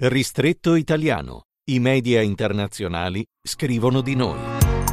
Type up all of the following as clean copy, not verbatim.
Ristretto Italiano. I media internazionali scrivono di noi.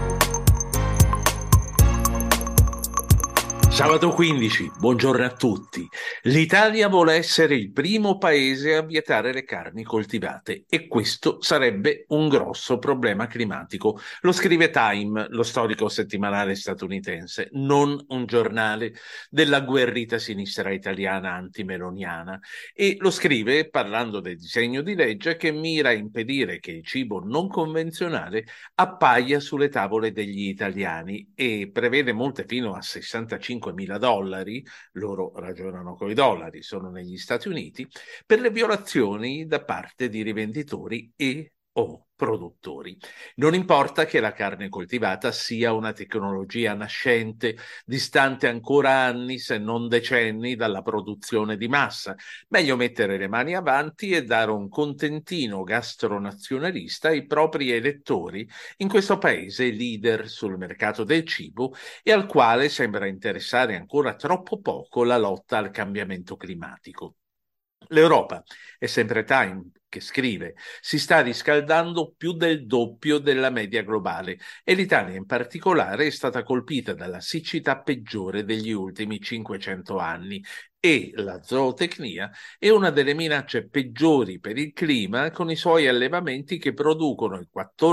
Sabato 15, buongiorno a tutti. L'Italia vuole essere il primo paese a vietare le carni coltivate e questo sarebbe un grosso problema climatico. Lo scrive Time, lo storico settimanale statunitense, non un giornale della agguerrita sinistra italiana antimeloniana. E lo scrive parlando del disegno di legge che mira a impedire che il cibo non convenzionale appaia sulle tavole degli italiani e prevede multe fino a $65.000, loro ragionano coi dollari, sono negli Stati Uniti, per le violazioni da parte di rivenditori e o produttori. Non importa che la carne coltivata sia una tecnologia nascente, distante ancora anni, se non decenni, dalla produzione di massa. Meglio mettere le mani avanti e dare un contentino gastronazionalista ai propri elettori in questo paese leader sul mercato del cibo e al quale sembra interessare ancora troppo poco la lotta al cambiamento climatico. L'Europa, è sempre Time che scrive, si sta riscaldando più del doppio della media globale e l'Italia in particolare è stata colpita dalla siccità peggiore degli ultimi 500 anni e la zootecnia è una delle minacce peggiori per il clima con i suoi allevamenti che producono il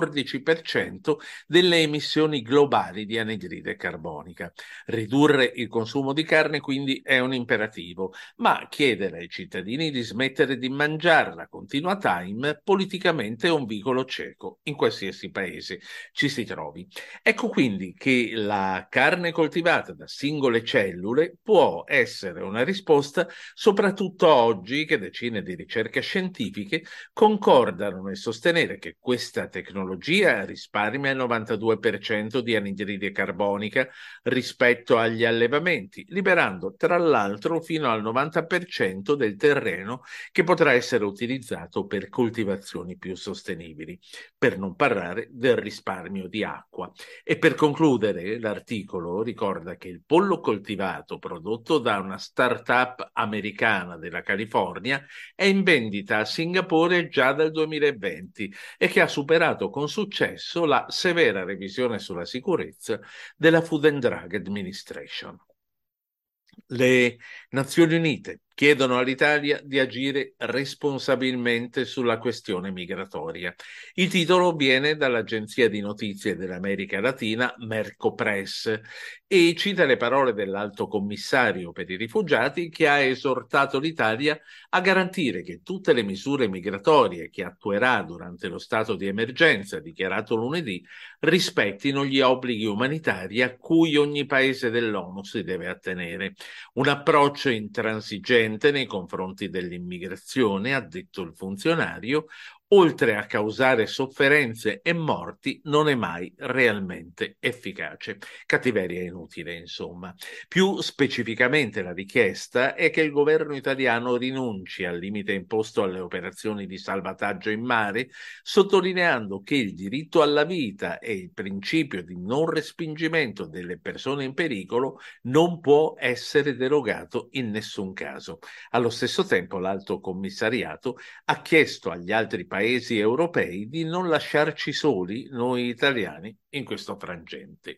14% delle emissioni globali di anidride carbonica. Ridurre il consumo di carne quindi è un imperativo, ma chiedere ai cittadini di smettere di mangiarla continua time politicamente è un vicolo cieco in qualsiasi paese ci si trovi. Ecco quindi che la carne coltivata da singole cellule può essere una risposta soprattutto oggi che decine di ricerche scientifiche concordano nel sostenere che questa tecnologia risparmia il 92% di anidride carbonica rispetto agli allevamenti, liberando tra l'altro fino al 90% del terreno che potrà essere utilizzato per coltivazioni più sostenibili, per non parlare del risparmio di acqua. E per concludere, l'articolo ricorda che il pollo coltivato prodotto da una start-up americana della California è in vendita a Singapore già dal 2020 e che ha superato con successo la severa revisione sulla sicurezza della Food and Drug Administration. Le Nazioni Unite chiedono all'Italia di agire responsabilmente sulla questione migratoria. Il titolo viene dall'agenzia di notizie dell'America Latina Mercopress e cita le parole dell'Alto Commissario per i rifugiati che ha esortato l'Italia a garantire che tutte le misure migratorie che attuerà durante lo stato di emergenza dichiarato lunedì rispettino gli obblighi umanitari a cui ogni paese dell'ONU si deve attenere. Un approccio intransigente nei confronti dell'immigrazione, ha detto il funzionario, oltre a causare sofferenze e morti, non è mai realmente efficace. Cattiveria inutile, insomma. Più specificamente la richiesta è che il governo italiano rinunci al limite imposto alle operazioni di salvataggio in mare, sottolineando che il diritto alla vita e il principio di non respingimento delle persone in pericolo non può essere derogato in nessun caso. Allo stesso tempo l'Alto Commissariato ha chiesto agli altri paesi europei di non lasciarci soli, noi italiani, in questo frangente.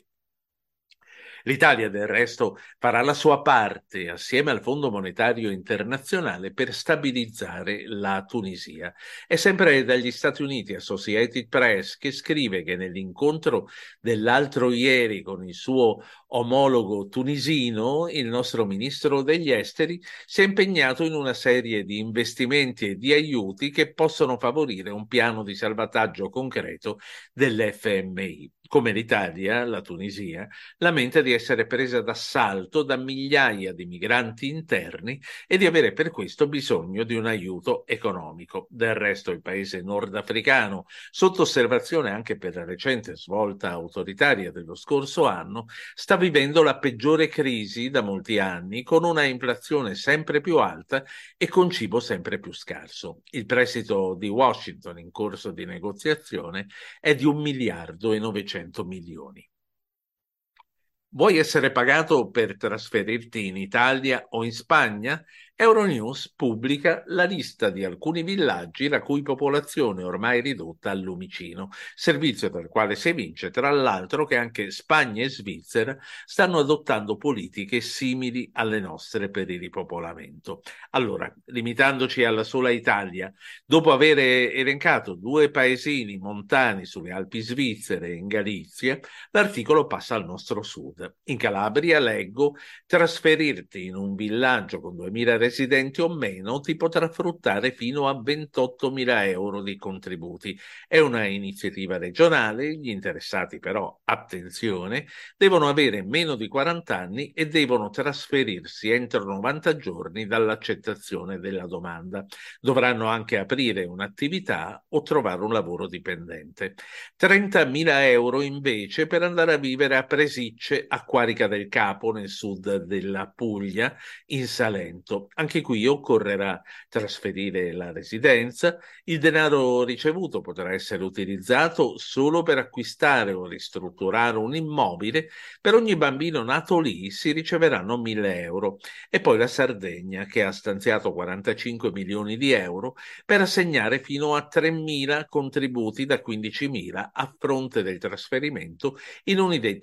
L'Italia, del resto, farà la sua parte assieme al Fondo Monetario Internazionale per stabilizzare la Tunisia. È sempre dagli Stati Uniti Associated Press che scrive che nell'incontro dell'altro ieri con il suo omologo tunisino, il nostro ministro degli esteri si è impegnato in una serie di investimenti e di aiuti che possono favorire un piano di salvataggio concreto dell'FMI. Come l'Italia, la Tunisia lamenta di essere presa d'assalto da migliaia di migranti interni e di avere per questo bisogno di un aiuto economico. Del resto il paese nordafricano, sotto osservazione anche per la recente svolta autoritaria dello scorso anno, sta vivendo la peggiore crisi da molti anni, con una inflazione sempre più alta e con cibo sempre più scarso. Il prestito di Washington in corso di negoziazione è di 1.900.000.000. Vuoi essere pagato per trasferirti in Italia o in Spagna? Euronews pubblica la lista di alcuni villaggi la cui popolazione è ormai ridotta al lumicino, servizio dal quale si evince tra l'altro che anche Spagna e Svizzera stanno adottando politiche simili alle nostre per il ripopolamento. Allora, limitandoci alla sola Italia, dopo aver elencato 2 paesini montani sulle Alpi svizzere e in Galizia, l'articolo passa al nostro sud. In Calabria, leggo, trasferirti in un villaggio con 2000 residenti o meno ti potrà fruttare fino a 28.000 euro di contributi. È una iniziativa regionale, gli interessati però, attenzione, devono avere meno di 40 anni e devono trasferirsi entro 90 giorni dall'accettazione della domanda. Dovranno anche aprire un'attività o trovare un lavoro dipendente. 30.000 euro invece per andare a vivere a Presicce, a Quarica del Capo, nel sud della Puglia, in Salento. Anche qui occorrerà trasferire la residenza. Il denaro ricevuto potrà essere utilizzato solo per acquistare o ristrutturare un immobile. Per ogni bambino nato lì si riceveranno 1.000 euro. E poi la Sardegna, che ha stanziato 45 milioni di euro per assegnare fino a 3.000 contributi da 15.000 a fronte del trasferimento in uno dei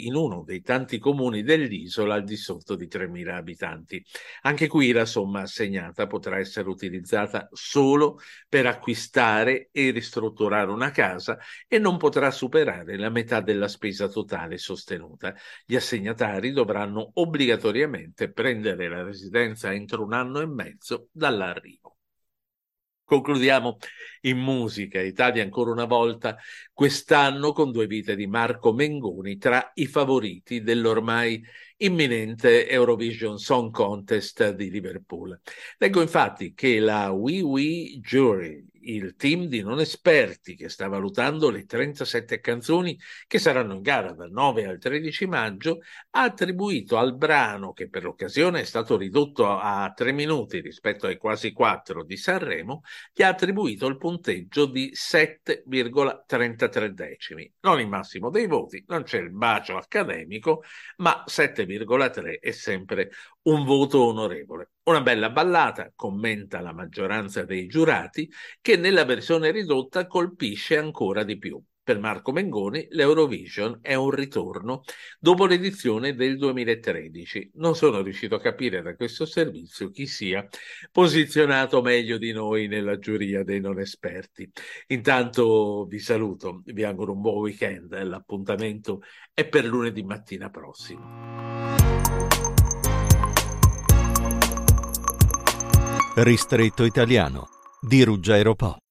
tanti comuni dell'isola al di sotto di 3.000 abitanti. Anche qui la somma assegnata potrà essere utilizzata solo per acquistare e ristrutturare una casa e non potrà superare la metà della spesa totale sostenuta. Gli assegnatari dovranno obbligatoriamente prendere la residenza entro 1 anno e mezzo dall'arrivo. Concludiamo in musica, Italia ancora una volta, quest'anno con 2 vite di Marco Mengoni tra i favoriti dell'ormai imminente Eurovision Song Contest di Liverpool. Leggo infatti che la Wee Wee Jury, il team di non esperti che sta valutando le 37 canzoni che saranno in gara dal 9 al 13 maggio, ha attribuito al brano, che per l'occasione è stato ridotto a 3 minuti rispetto ai quasi 4 di Sanremo, gli ha attribuito il punteggio di 7,33 decimi. Non il massimo dei voti, non c'è il bacio accademico, ma 7,3 è sempre un voto onorevole. Una bella ballata, commenta la maggioranza dei giurati, che nella versione ridotta colpisce ancora di più. Per Marco Mengoni l'Eurovision è un ritorno dopo l'edizione del 2013. Non sono riuscito a capire da questo servizio chi sia posizionato meglio di noi nella giuria dei non esperti. Intanto vi saluto, vi auguro un buon weekend. L'appuntamento è per lunedì mattina prossimo. Ristretto Italiano di Ruggero Po.